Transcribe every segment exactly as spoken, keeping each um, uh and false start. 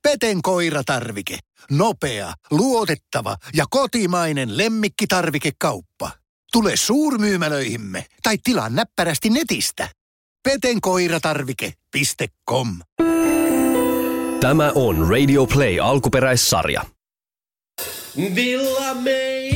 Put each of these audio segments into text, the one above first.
Peten koiratarvike. Nopea, luotettava ja kotimainen lemmikkitarvikekauppa. Tule suurmyymälöihimme tai tilaa näppärästi netistä. peten koiratarvike piste com. Tämä on Radio Play alkuperäissarja. Villa May.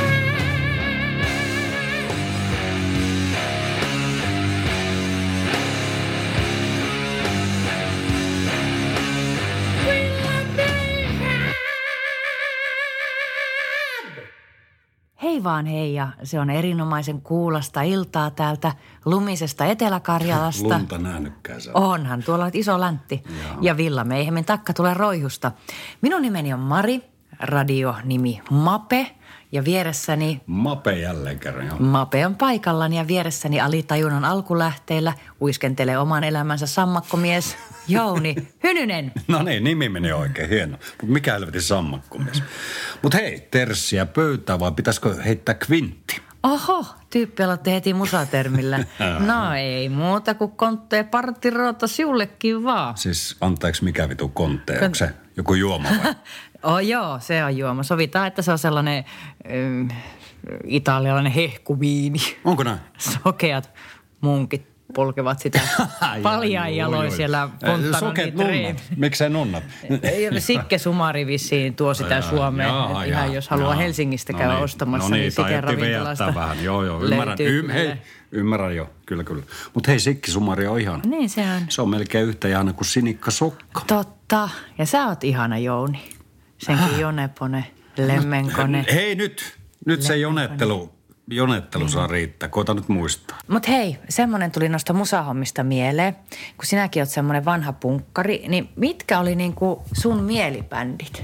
Hei vaan hei, ja se on erinomaisen kuulasta iltaa täältä lumisesta Etelä-Karjalasta. Lunta nähnytkään sä. Onhan, tuolla on iso läntti. Jaa. Ja Villa Meihemin takka tulee roihusta. Minun nimeni on Mari, radio-nimi Mape ja vieressäni... Mape jälleen kerran, joo. Mape on paikallani ja vieressäni alitajunnan alkulähteillä uiskentelee oman elämänsä sammakkomies Jouni Hynynen. No niin, nimi meni oikein, hieno. Mutta mikä helvetin sammakkomies. Mutta hei, terssiä pöytää vai pitäisikö heittää kvintti? Oho, tyyppi aloitti heti musatermillä. No ei muuta kuin konttee partiroota siullekin vaan. Siis anteeksi, mikä vitu konttee? Onko se joku juoma vai? Oh joo, se on juoma. Sovitaan, että se on sellainen ähm, italialainen hehkuviini. Onko näin? Sokeat munkit polkevat sitä paljain jaloin siellä Fontana. Miksei nunnat? Sikke Sumari vissiin tuo sitä Suomeen. Jaa, ihan jaa, jos haluaa jaa. Helsingistä käydä no niin, ostamassa, no niin, niin Siken ravintolasta vähän. Joo, joo, ymmärrän. Y- hei, ymmärrän jo, kyllä, kyllä. Mutta hei, Sikki Sumari on ihana. Niin se on. Se on melkein yhtä ihana kuin Sinikka Sokka. Totta. Ja sä oot ihana, Jouni. Senkin Jonepone, Lemmenkone. Hei nyt, nyt se jonettelu. Jonettelu saa riittää. Koita nyt muistaa. Mut hei, semmonen tuli noista musahommista mieleen. Kun sinäkin oot semmonen vanha punkkari, niin mitkä oli niinku sun mielibändit?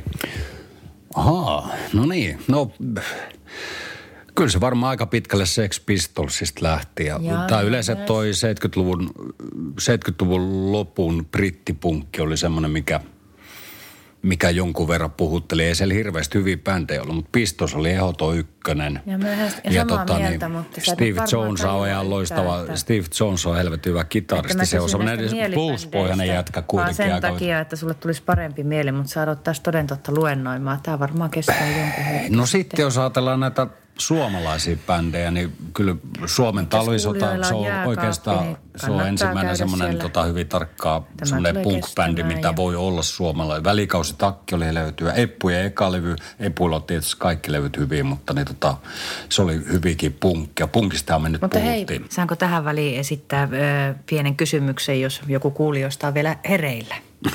Ahaa, no niin. No, kyllä se varmaan aika pitkälle Sex Pistolsista lähti. Ja, ja tai yleensä toi seitsemänkymmentäluvun, seitsemänkymmentäluvun lopun brittipunkki oli semmonen, mikä... mikä jonkun verran puhutteli. Ei siellä hirveästi hyviä bändejä ollut, mutta Pistos oli ehdoton ykkönen. Ja myös ja samaa tota, mieltä, niin, mutta... Steve Jones on ihan loistava. Että... Steve Jones on helvetin hyvä kitaristi. Se on semmoinen bluespohjainen jätkä kuitenkin. Vaan sen takia, että sulle tulisi parempi mieli, mutta sä odottaisi toden totta luennoimaan. Tämä varmaan kestää jonkun hetken. No sitten jos ajatellaan näitä suomalaisia bändejä, niin kyllä Suomen talvisota, se on oikeastaan niin se on ensimmäinen semmoinen tota, hyvin tarkkaa semmoinen punk-bändi, mitä ja... voi olla suomalainen. Välikausi Takki oli löytyä, Eppujen eka levy, Epuilla on tietysti kaikki levyt hyvin, mutta niin, tota, se oli hyvinkin punkkia. Punkistahan me nyt mutta puhuttiin. Hei, saanko tähän väliin esittää ö, pienen kysymyksen, jos joku kuulijoista on vielä hereillä?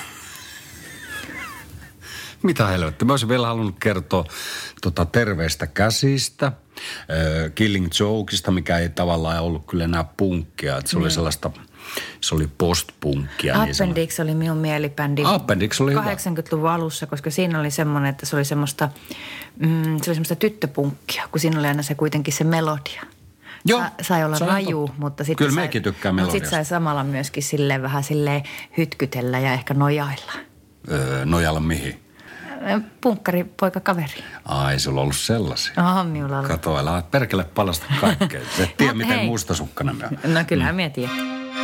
Mitä helvettiä? Mä olisin vielä halunnut kertoa tota, Terveistä käsistä, äh, Killing Jokeista, mikä ei tavallaan ollut kyllä enää punkkia. Että se mm. oli sellaista, se oli post-punkkia. Appendix niin oli minun mielibändi. Appendix oli kahdeksankymmentäluvun alussa, koska siinä oli semmoinen, että se oli semmoista, mm, se oli semmoista tyttöpunkkia, kun siinä oli aina se kuitenkin se melodia. Joo, Sa, sai olla raju, mutta sitten kyllä mekin tykkää melodiasta. Sitten sai samalla myöskin silleen vähän silleen hytkytellä ja ehkä nojailla. Öö, nojailla mihin? Punkkari, poika, kaveri. Ai, sulla on ollut sellaisia. Oho, minulla on. Kato, älä perkele palasta kaikkea. Se tiedä, miten mustasukkainen me on. No kyllähän mm. minä tiedän.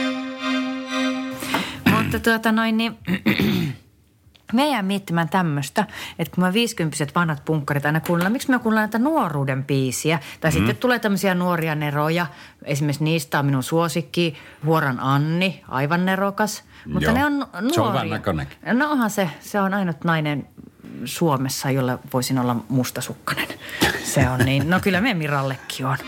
Mutta tuota noin, niin me jää miettimään tämmöistä, että kun me viisikymppiset vanhat punkkarit aina kuunnellaan, miksi me kuunnellaan näitä nuoruuden biisiä? Tai mm. sitten tulee tämmöisiä nuoria neroja. Esimerkiksi niistä on minun suosikki, Huoran Anni, aivan nerokas. Mutta joo. ne on nuoria. Se on hyvän näköinenkin. No onhan se, se on ainut nainen Suomessa, jolle voisin olla mustasukkainen. Se on niin, no kyllä me Mirallekin on.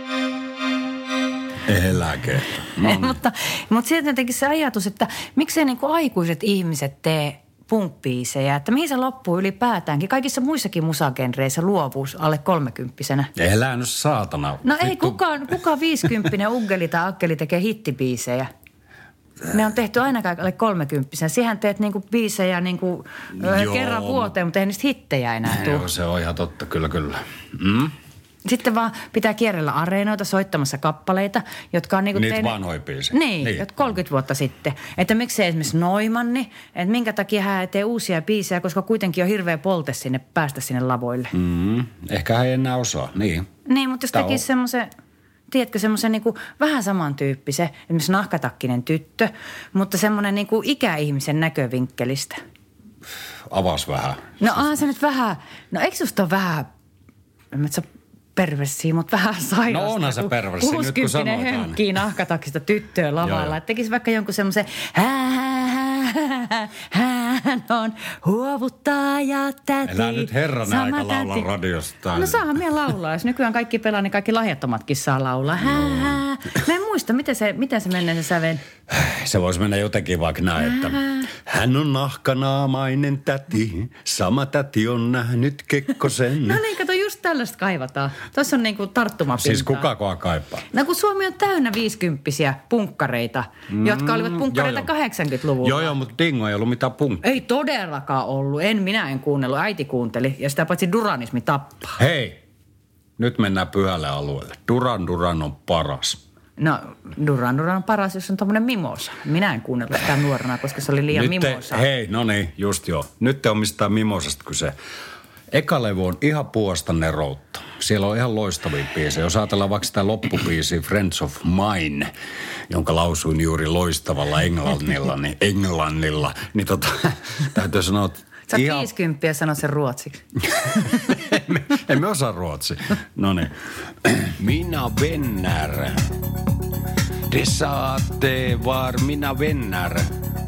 Eläke. No niin. mutta mutta sitten jotenkin se ajatus, että miksei niin kuin aikuiset ihmiset tee punk-biisejä, että mihin se loppuu ylipäätäänkin. Kaikissa muissakin musagenreissä luovuus alle kolmekymppisenä. Elää nyt saatana. No ei kukaan, kukaan viisikymppinen uggeli tai akkeli tekee hittibiisejä. Ne on tehty ainakaan alle kolmekymppisenä. Siihen teet niinku biisejä niinku kerran vuoteen, mutta ei niistä hittejä enää tule. Joo, se on ihan totta, kyllä, kyllä. Mm? Sitten vaan pitää kierrellä areenoita soittamassa kappaleita, jotka on niinku niitä tein... vanhoja biisejä. Niin, niin, jotka kolmekymmentä vuotta sitten. Että miksei esimerkiksi Noimanni, että minkä takia hän ei tee uusia biisejä, koska kuitenkin on hirveä polte sinne, päästä sinne lavoille. Mm, ehkä hän ei enää osaa, niin. Niin, mutta jos tekisi semmoisen... Tiedätkö, semmoisen niinku vähän samantyyppisen, esimerkiksi Nahkatakkinen tyttö, mutta semmoinen niinku ikäihmisen näkövinkkelistä. Avas vähän. No onhan se nyt vähän, no eikö susta ole vähän, en mä perverssiä, mutta vähän sairasta. No onhan se perverssiä, nyt kun sanotaan. kuusikymmentä hönkkii nahkataksista tyttöä lavalla. Että tekisi vaikka jonkun semmoisen, hän on huovuttaja täti. Elää nyt herranen aika laulaa radiosta. No saahan minä laulaa. Jos nykyään kaikki pelaa, niin kaikki lahjattomatkin saa laulaa. No. Mä en muista, miten se, miten se menee se sävel. Se voisi mennä jotenkin vaikka näin, että hän on nahkanaamainen täti, sama täti on nähnyt Kekkosen. No niin, kato, just tällaista kaivataan. Tuossa on niinku tarttumapintaa. Siis kuka koa kaipaa? No kun Suomi on täynnä viisikymppisiä punkkareita, mm, jotka olivat punkkareita joo, kahdeksankymmentäluvulla. Joo, joo, mutta Dingo ei ollut mitään punkkaa. Ei todellakaan ollut. En, minä en kuunnellut. Äiti kuunteli. Ja sitä paitsi duranismi tappaa. Hei, nyt mennään pyhälle alueelle. Duran Duran on paras. No, Duran Duran on paras, jos on tommonen mimosa. Minä en kuunnellut sitä nuorena, koska se oli liian nyt mimosa. Te, hei, no niin, just joo. Nyt te on mistään mimosasta kyse. Eka levy on ihan puolesta neroutta. Siellä on ihan loistavia biisejä. Jos ajatellaan vaikka sitä loppubiisiä Friends of Mine, jonka lausuin juuri loistavalla englannilla, niin englannilla, niin tota, täytyy sanoa, että sä oot ihan viisikymppiä ja sanot sen ruotsiksi. emme, emme osaa ruotsia. No niin. Minä vänner. Det saatte var mina vänner.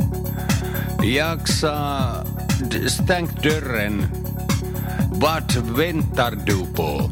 Jaksa stänk dörren. Vad väntar du på?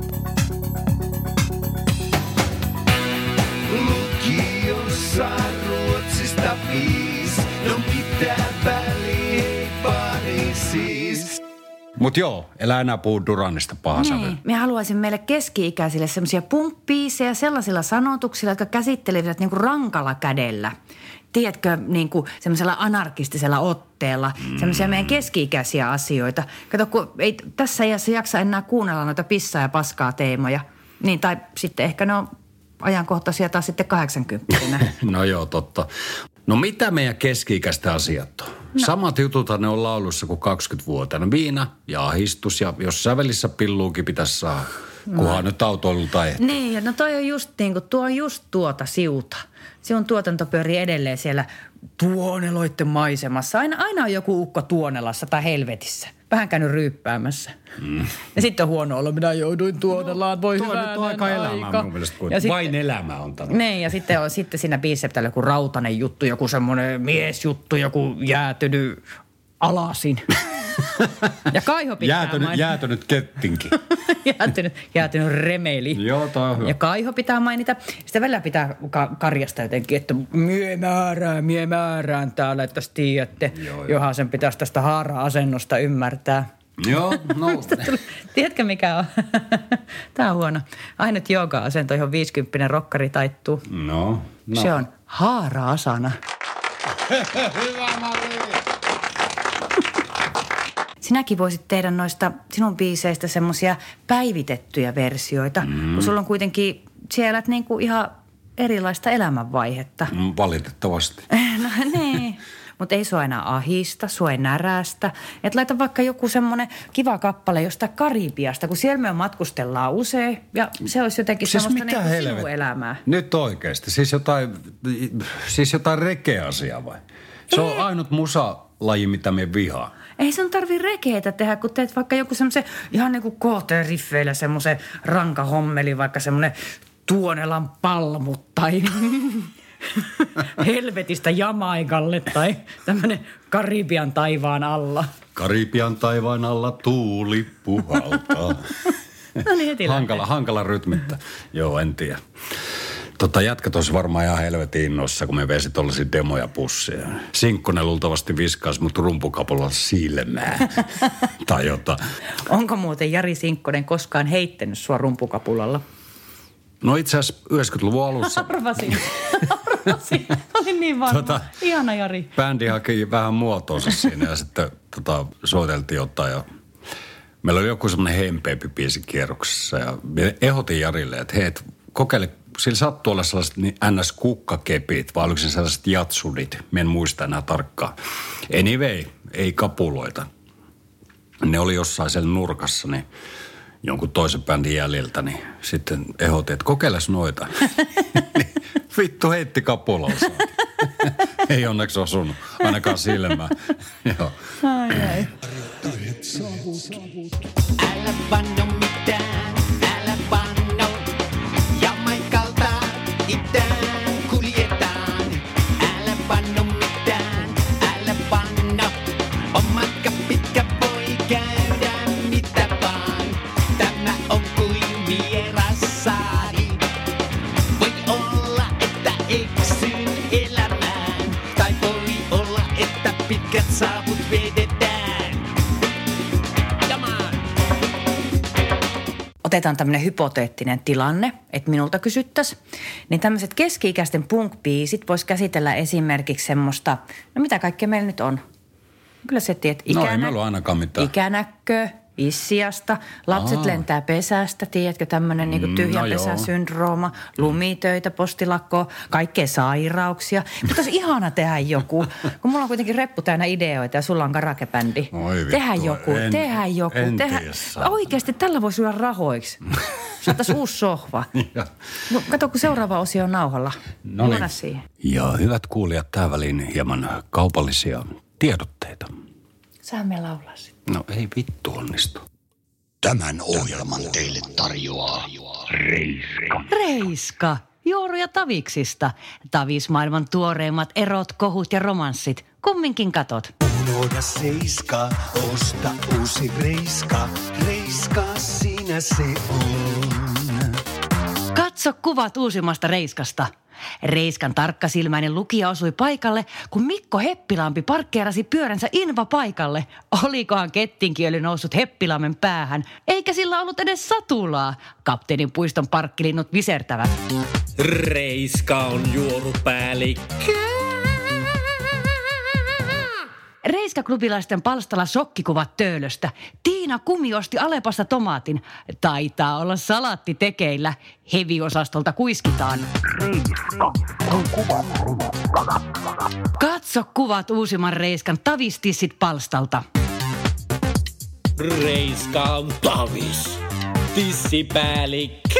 Lukiossa Ruotsista viis, no mitä väliä ei Pariisis. Mut joo, elää enää puhu Duranista pahasävyä. Niin, me haluaisin meille keski-ikäisille semmoisia punk-biisejä sellaisilla sanotuksilla, jotka käsittelevät niinku rankalla kädellä. Tiedätkö, niin kuin semmoisella anarkistisella otteella, mm. semmoisia meidän keski-ikäisiä asioita. Kato, kun ei tässä iässä jaksa enää kuunnella noita pissaa ja paskaa teemoja. Niin, tai sitten ehkä ne on ajankohtaisia taas sitten kahdeksankymmentä. No joo, totta. No mitä meidän keski-ikäistä asiat on? No. Samat jututhan ne on laulussa kuin kaksikymmentävuotiaana. Viina ja ahistus ja jos sävelissä pilluukin pitäisi saada, kunhan no. nyt autoilulta ehtii. Niin, no toi on just niin kuin, tuo on just tuota siuta. Sinun tuotanto pyörii edelleen siellä tuoneloitten maisemassa. Aina, aina on joku ukko tuonelassa tai helvetissä. Vähän käynyt ryyppäämässä. Mm. Ja sitten on huono olla. Minä jouduin tuonelaan. Voi no, hyvänen aika. Tuo aika elämää mun mielestä. Kuin vain sitten, elämä on tämä. Niin, ja sitten, on, sitten siinä biisissä pitää joku rautainen juttu, joku semmoinen miesjuttu, joku jäätynyt alasin. Ja Kaiho pitää jäätynyt, mainita. Jäätynyt kettinki. jäätynyt, jäätynyt remeli. Joo, toi on hyvä. Ja Kaiho pitää mainita. Sitten välillä pitää ka- karjasta jotenkin, että mie määrään, mie määrään täällä, että tässä tiedätte. Johan sen pitäisi tästä haara-asennosta ymmärtää. Joo, no. Tiedätkö mikä on? Tää on huono. Ainut jooga-asento, johon viisikymppinen rokkari taittuu. No, no. Se on haara-asana. Hyvä, Mari! Sinäkin voisit tehdä noista sinun biiseistä semmoisia päivitettyjä versioita, mm. kun sulla on kuitenkin siellä niinku ihan erilaista elämänvaihetta. Mm, valitettavasti. No niin, mutta ei sua enää ahista, sua ei närästä. Et laita vaikka joku semmoinen kiva kappale jostain Karibiasta, kun siellä me matkustellaan usein ja se olisi jotenkin siis semmoista niinku sinun elämää. Nyt oikeasti, siis jotain, siis jotain rekeasiaa vai? Se ei. On ainut musalaji, mitä me vihaa. Ei sun tarvii rekeitä tehdä, kun teet vaikka joku semmoisen ihan niinku K T-riffeillä semmoisen rankahommelin, vaikka semmoinen Tuonelan palmut tai helvetistä Jamaikalle tai tämmöinen Karibian taivaan alla. Karibian taivaan alla tuuli puhaltaa. No niin, heti hankala, hankala rytmittä. Joo, en tiedä. Tota, jätkät olisi varmaan ihan helvetin innoissa, kun me vesi tollaisia demoja pussia. Sinkkonen luultavasti viskaisi mut rumpukapulla silmää. Tai jotain. Onko muuten Jari Sinkkonen koskaan heittänyt sua rumpukapulalla? No itse asiassa yhdeksänkymmentäluvun alussa. Arvasin. Arvasin. Olin niin varma. Tota, ihana Jari. Bändi haki vähän muotoonsa siinä ja sitten tota, soiteltiin jotain ja meillä oli joku semmoinen hempeämpi biisi kierroksessa ja ehdotin Jarille, että hei, kokeile. Sillä sattui olla sellaiset niin N S-kukkakepit, vai oliko se sellaiset jatsudit? Mä en muista enää tarkkaan. Anyway, ei kapuloita. Ne oli jossain siellä nurkassa, niin jonkun toisen bändin jäljiltä, niin sitten ehdotin, että kokeiles noita. Vittu heitti kapulalla. Ei onneksi osunut, ainakaan silmään. Joo. Ai ai. Älä vanno mitään, älä vanno. Jamaikalta itään kuljetaan. Älä vanno mitään, älä vanno. On matka pitkä, voi käydä mitä vaan. Tämä on kuin vieras saari. Voi olla, että eksyn elämään. Tai voi olla, että pitkät saavut vedetään. Otetaan tämmöinen hypoteettinen tilanne, että minulta kysyttäisiin. Niin tämmöiset keski-ikäisten punk-biisit vois käsitellä esimerkiksi semmoista, no mitä kaikkea meillä nyt on? Kyllä se tiedät, ikänä, no ei meillä ole ainakaan mitään. Ikänäkkö, issiasta, lapset Aa. lentää pesästä, tiedätkö, tämmöinen niinku tyhjän no pesäsyndrooma, lumitöitä, postilakkoa, kaikkea sairauksia. Mutta olisi ihana tehdä joku, kun mulla on kuitenkin reppu täynnä ideoita ja sulla on karakebändi. Tehdä joku, en, tehdä joku. En tehdä. Oikeasti tällä voisi olla rahoiksi. Saataisiin uusi sohva. No, kato, kun seuraava osio on nauhalla. No niin. Ja hyvät kuulijat, tää väliin hieman kaupallisia tiedotteita. Sähän me laulaa sitten. No ei vittu onnistu. Tämän ohjelman teille tarjoaa Reiska. Reiska, juoruja Taviksista. Tavismaailman tuoreimmat erot, kohut ja romanssit. Kumminkin katot. Unohda seiska, osta uusi Reiska. Reiska, siinä se on. Katso kuvat uusimmasta Reiskasta. Reiskan tarkkasilmäinen lukija osui paikalle, kun Mikko Heppilampi parkkeerasi pyöränsä invapaikalle. Olikohan kettinkieli noussut Heppilammen päähän, eikä sillä ollut edes satulaa. Kapteenin puiston parkkilinnut visertävät. Reiska on juorupäällikkö. Reiska-klubilaisten palstalla shokkikuvat Töölöstä. Tiina Kumi osti Alepasta tomaatin. Taitaa olla salaatti tekeillä. Heviosastolta kuiskitaan. Reiska on kuvat. Katso kuvat uusimman Reiskan tavistissit palstalta. Reiska on tavis. Tissipäällikkö.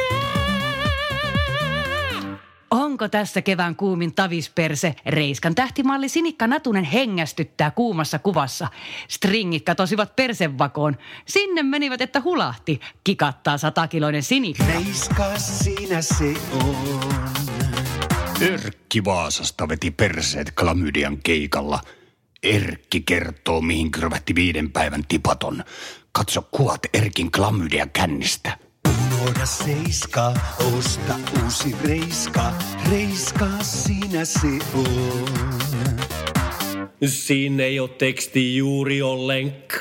Onko tässä kevään kuumin tavisperse? Reiskan tähtimalli Sinikka Natunen hengästyttää kuumassa kuvassa. Stringit katosivat persevakoon. Sinne menivät, että hulahti. Kikattaa satakiloinen Sinikka. Reiska, siinä se on. Erkki Vaasasta veti perseet klamydian keikalla. Erkki kertoo, mihin kyrvätti viiden päivän tipaton. Katso kuvat Erkin klamydia kännistä. Unohda seiska, osta uusi Reiska. Reiska, siinä se on. Siinä ei ole teksti juuri ollenkaan.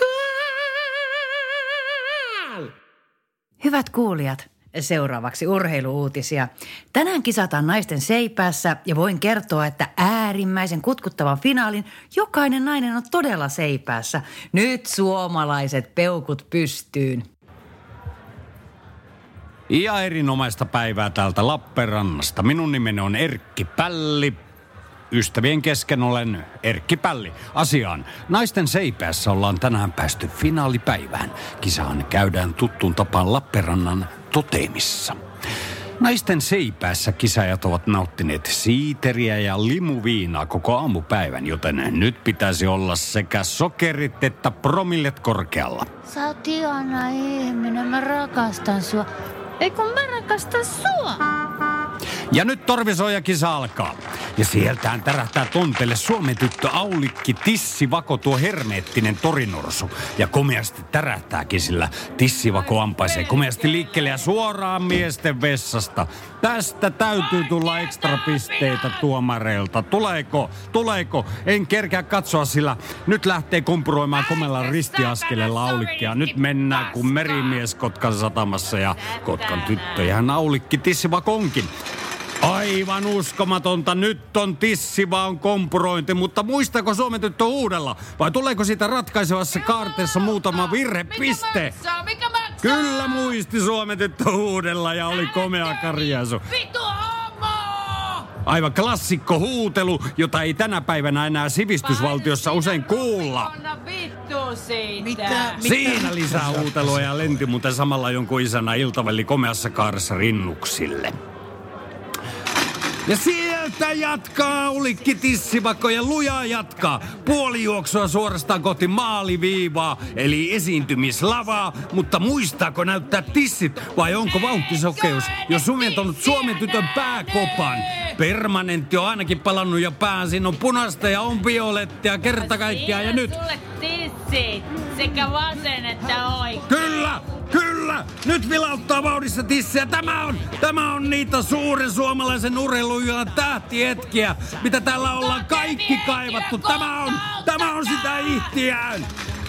Hyvät kuulijat, seuraavaksi urheiluuutisia. Tänään kisataan naisten seipäässä ja voin kertoa, että äärimmäisen kutkuttavan finaalin jokainen nainen on todella seipäässä. Nyt suomalaiset peukut pystyyn. Ja erinomaista päivää täältä Lappeenrannasta. Minun nimeni on Erkki Pälli. Ystävien kesken olen Erkki Pälli. Asiaan. Naisten seipäässä ollaan tänään päästy finaalipäivään. Kisaan käydään tuttuun tapaan Lappeenrannan Totemissa. Naisten seipäässä kisajat ovat nauttineet siiteriä ja limuviinaa koko aamupäivän, joten nyt pitäisi olla sekä sokerit että promillet korkealla. Sä oot ihana ihminen, mä rakastan sua. Ei kun mä rakastan sua. Ja nyt Torvisoija-kisa alkaa. Ja sieltään tärähtää tontelle Suomen tyttö Aulikki Tissivako, tuo hermeettinen torinorsu. Ja komeasti tärähtääkin, sillä Tissivako ampaisee komeasti liikkeelle ja suoraan miesten vessasta. Tästä täytyy tulla ekstra pisteitä tuomareilta. Tuleeko? Tuleeko? En kerkeä katsoa, sillä nyt lähtee kompuroimaan komella ristiaskeleella Aulikkia. Nyt mennään kuin merimies Kotkan satamassa ja Kotkan tyttöjähän Aulikki Tissivako onkin. Aivan uskomatonta. Nyt on Tissivakon kompurointi, mutta muistako Suomen tyttö uudella? Vai tuleeko siitä ratkaisevassa kaarteessa muutama virhepiste? Mikä maksaa? Mikä maksaa? Kyllä muisti Suomen tyttö uudella ja oli komea karjaisu. Vitu homo! Aivan klassikko huutelu, jota ei tänä päivänä enää sivistysvaltiossa usein kuulla. Vittu siitä. Mitä? Siinä lisää huutelua ja lenti muuten samalla jonkun isänä iltavelli komeassa kaaressa rinnuksille. Ja siellä Sieltä jatkaa Aulikki Tissivakko ja lujaa jatkaa. Puolijuoksua suorastaan kohti maaliviivaa, eli esiintymislavaa. Mutta muistaako näyttää tissit vai onko vauhtisokeus jo sumentanut Suomen tytön pääkopan? Permanentti on ainakin palannut jo päähän. Siinä on punaista ja on violettia kerta kaikkiaan ja nyt... Sulle tissit, sekä vasen että oikein. Kyllä! Kyllä! Nyt vilauttaa vauhdissa tissiä. Tämä on, tämä on niitä suuren suomalaisen urheilujuhlan tähtihetkiä, mitä täällä ollaan kaikki kaivattu. Tämä on, tämä on sitä ihtiään.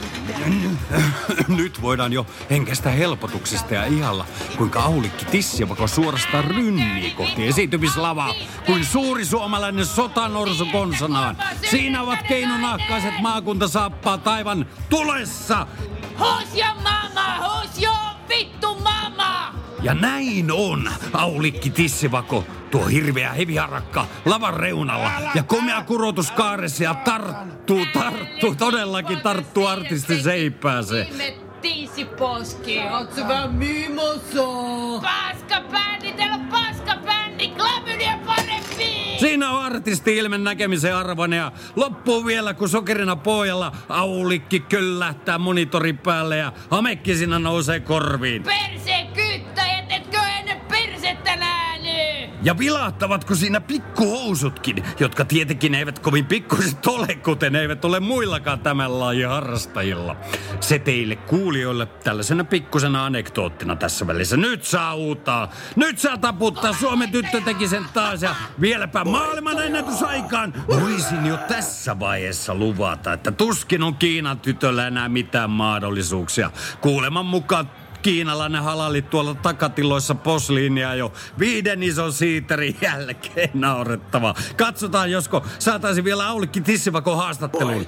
Nyt voidaan jo henkestä helpotuksesta ja ihalla, kuinka Aulikki Tissivako suorastaan rynnii kohti esiintymislavaa, kuin suuri suomalainen sotanorsu konsanaan. Siinä ovat keinonahkaiset maakuntasaappaat aivan tulessa. Who's your mama? Who's your vittu mama? Ja näin on, Aulikki Tissivako, tuo hirveä heviharakka lavan reunalla ja komea kurotus kaaressa ja tarttuu, tarttuu, todellakin tarttuu artistin seipääseen. Viime tissiposki, oot sä vähän mimoso? Paskabändi, teillä on paskabändi, klamydia parempi! Siinä on artisti ilmen näkemisen arvoinen ja loppuu vielä, kun sokerina pohjalla Aulikki köllähtää monitorin päälle ja hamekki siinä nousee korviin. Perseen kyttäjät, etkö ennen persettä nähnyt? Ja vilahtavatko siinä pikkuhousutkin, jotka tietenkin eivät kovin pikkuiset ole, kuten eivät ole muillakaan tämän lajin harrastajilla. Se teille kuulijoille tällaisena pikkusena anekdoottina tässä välissä. Nyt saa uuttaa. Nyt saa taputtaa. Suomen tyttö teki sen taas ja vieläpä maailman ennätysaikaan. Voisin jo tässä vaiheessa luvata, että tuskin on Kiinan tytöllä enää mitään mahdollisuuksia. Kuuleman mukaan kiinalainen halalli tuolla takatiloissa posliinia jo viiden ison siiterin jälkeen naurettava. Katsotaan, josko saataisiin vielä Aulikki Tissivako haastatteluun.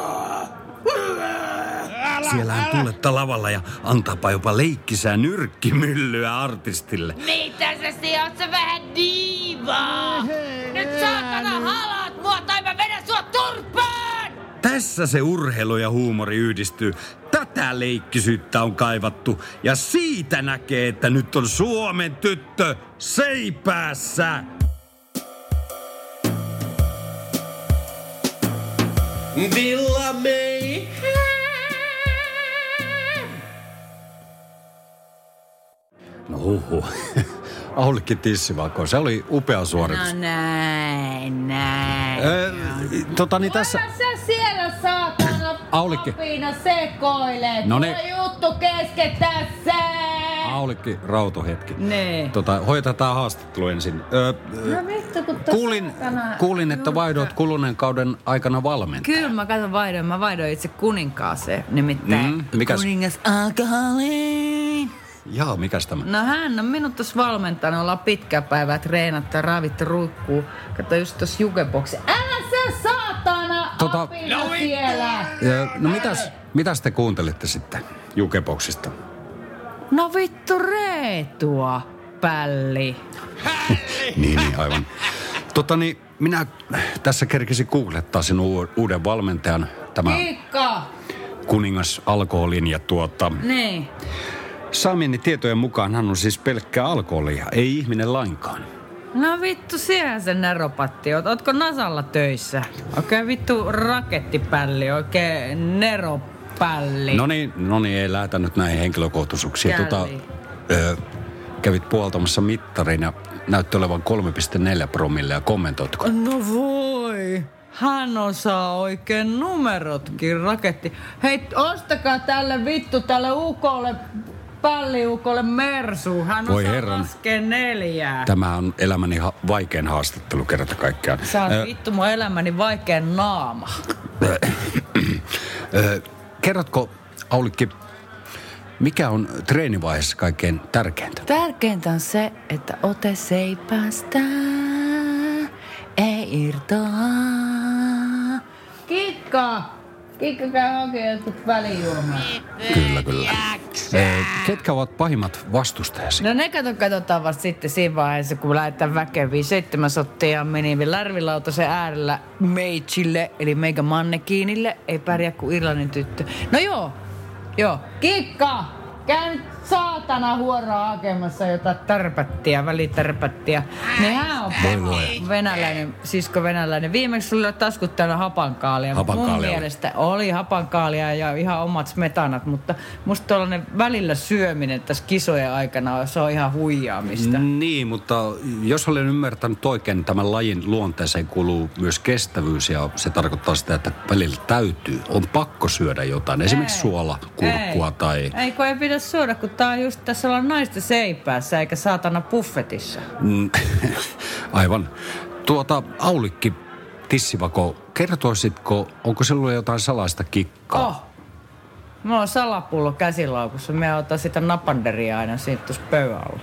Siellä hän tuuletta lavalla ja antaapa jopa leikkisää nyrkkimyllyä artistille. Mitä sä siellä, oot sä vähän diivaa? Nyt saatana halaat mua tai mä vedän sua turpaan! Tässä se urheilu ja huumori yhdistyy. Tätä leikkisyyttä on kaivattu ja siitä näkee, että nyt on Suomen tyttö seipäässä. Villa May. No huhu. Aulikki Tissivako, se oli upea suoritus. No näin, näin. Öö, tota niin tässä... Älä sä siellä saatana Aulikki. papina sekoilet. No Tuo niin. juttu kesken tässä. Aulikki, rauto hetki. Nee. Tota, hoitetaan haastattelu ensin. Öö, No vittu, kun tässä kuulin, saatana kuulin, että vaihdoit kuluneen kauden aikana valmentaja. Kyllä mä katson vaihdoin. Mä vaihdoin itse kuninkaaseen. Nimittäin Mm, mikäs? kuningas alkoholiin. Jaa, mikäs tämä? No hän on minut tossa valmentanut. Ollaan pitkä päivä treenattu ja raavittu ruikkuu. Kato just tossa jukeboksi. Älä sä saatana Tota- apina siellä. Ja, no mitäs, mitäs te kuuntelitte sitten Jukeboxista? No vittu Reetua, pälli. Niin, niin, aivan. Tota niin, minä tässä kerkisin googlettaa sinun uuden valmentajan, tämä Kikka! kuningas alkoholin ja tuota... Niin. Saamieni tietojen mukaan hän on siis pelkkää alkoholia, ei ihminen lainkaan. No vittu, siellä se neropatti. Oot, ootko Nasalla töissä? Oikein vittu rakettipälli, oikein neropälli. No niin, no niin, ei lähdetä nyt näihin henkilökohtaisuuksiin. Källi. Tota, ö, kävit puoltamassa mittarin ja näytti olevan kolme pilkku neljä promille ja kommentoitko? No voi. Hän osaa oikein numerotkin, raketti. Hei, ostakaa tälle vittu, tälle ukolle, pälliukolle mersu. Hän Voi osaa herran. laskea neljää. Tämä on elämäni ha- vaikein haastattelu kerta kaikkiaan. Sä oot Ö, vittu mun elämäni vaikein naama. ö, kerrotko, Aulikki, mikä on treenivaiheessa kaikkein tärkeintä? Tärkeintä on se, että ote seipäästä ei irtoa. Kikka! Kikka käy hakemaan jotkut välijuomaa. Kyllä, kyllä. Ö, ketkä ovat pahimmat vastustajasi? No ne kato, katsotaan vasta sitten siinä vaiheessa, kun lähdetään väkeviin. Seitsemän sottia meni lärvilautasen äärellä meitsille, eli meikä mannekiinille. Ei pärjää kuin Irlannin tyttö. No joo, joo. Kikka! Käyn saatana huoroa hakemassa jotain tärpättiä, välitärpättiä. Niin hän on venäläinen, sisko venäläinen. Viimeksi sulla oli taskut täynnä hapankaalia. Hapankaalia. Mun mielestä oli hapankaalia ja ihan omat smetanat, mutta musta tuollainen välillä syöminen tässä kisojen aikana, se on ihan huijaamista. Niin, mutta jos olen ymmärtänyt oikein, tämän lajin luonteeseen kuuluu myös kestävyys ja se tarkoittaa sitä, että välillä täytyy, on pakko syödä jotain. Esimerkiksi suola, kurkkua ei. tai... Ei, kun ei pidä syödä, kun tää on just tässä ollaan naisten seipäässä eikä saatana buffetissa. Mm, aivan. Tuota, Aulikki Tissivako, kertoisitko, onko sinulla jotain salaista kikkaa? Oh. Mulla on salapullo käsilaukussa. Mä otan sitä napanderia aina siitä tuossa pöydällä.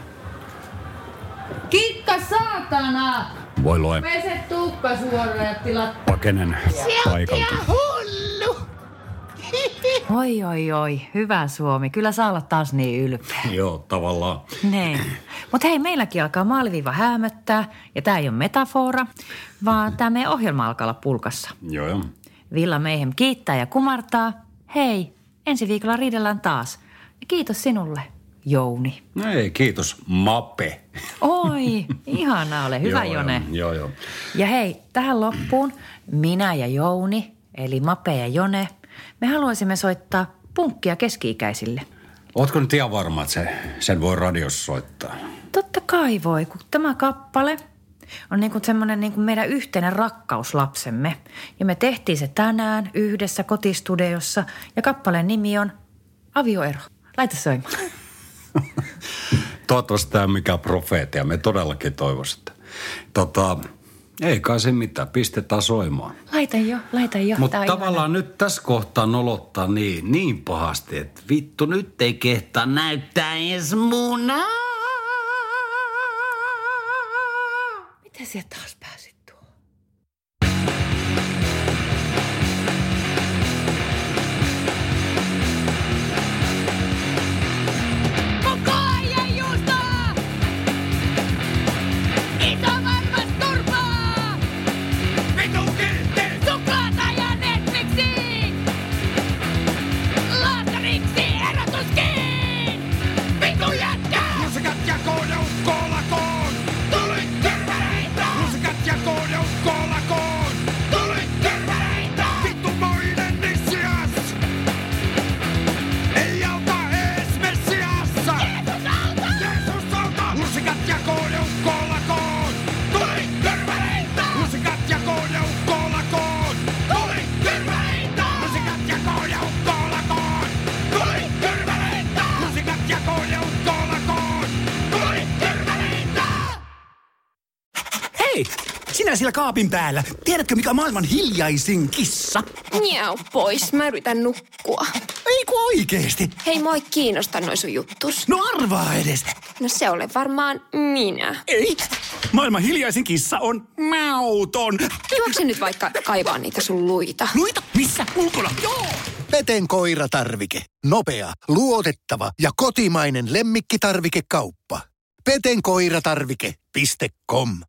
Kikka saatana! Voi loe. Pese tukka suoraan ja tilat... Pakenen paikalta. Hullu! Oi, oi, oi. Hyvä Suomi. Kyllä saa olla taas niin ylpeä. Joo, tavallaan. Niin. Mutta hei, meilläkin alkaa maaliviiva häämöttää. Ja tää ei ole metafora, vaan tää meidän ohjelma alkaa olla pulkassa. Joo, joo. Villa Mayhem kiittää ja kumartaa. Hei, ensi viikolla riidellään taas. Ja kiitos sinulle, Jouni. No ei, kiitos, Mape. Oi, ihanaa ole. Hyvä, joo, Jone. Joo, joo. Ja hei, tähän loppuun minä ja Jouni, eli Mape ja Jone, me haluaisimme soittaa punkkia keski-ikäisille. Ootko nyt ihan varma, että se, sen voi radiossa soittaa? Totta kai voi, kun tämä kappale on niin kuin semmoinen niin kuin meidän yhteinen rakkauslapsemme. Ja me tehtiin se tänään yhdessä kotistudiossa ja kappaleen nimi on Avioero. Laita soimaan. Toivottavasti tämä on mikään profeetia. Me todellakin toivoisimme. Tota, ei kai se mitään. Pistetään soimaan. Laita jo, laita jo. Mutta tavallaan ihana. Nyt tässä kohtaa nolottaa niin, niin pahasti, että vittu nyt ei kehtaa näyttää edes munaa. Miten sieltä taas pääsit tuohon? Koko ajan juustoa! Iso varmas turpaa! Vitun kiltti! Suklaata ja Netflixiin! Laatariksi erotuskin! Vitu jätkä! Lusikat jakoon joukkoon lakoon! Tuli kyrpäreitä! Lusikat jakoon joukkoon lakoon! Tuli kyrpäreitä! Vittumoinen nissias! Ei auta ees Messiassa! Jeesus auta! Jeesus auta! Lusikat jakoon joukkoon lakoon! Tuli kyrpäreitä! Lusikat jakoon joukkoon lakoon! Tuli kyrpäreitä! Lusikat jakoon joukkoon lakoon! Tuli kyrpäreitä! Lusikat jakoon joukkoon lakoon! Tuli kyrpäreitä! Hei! Sinä siellä kaapin päällä. Tiedätkö, mikä on maailman hiljaisin kissa? Miau pois, mä yritän nukkua. Ei kun oikeesti. Hei, mua ei kiinnosta noi sun juttus. No arvaa edes. No se ole varmaan minä. Ei. Maailman hiljaisin kissa on mauton. Juokse nyt vaikka kaivaa niitä sun luita. Luita? Missä? Ulkona? Joo! Peten koiratarvike. Nopea, luotettava ja kotimainen lemmikkitarvikekauppa. peten koiratarvike piste com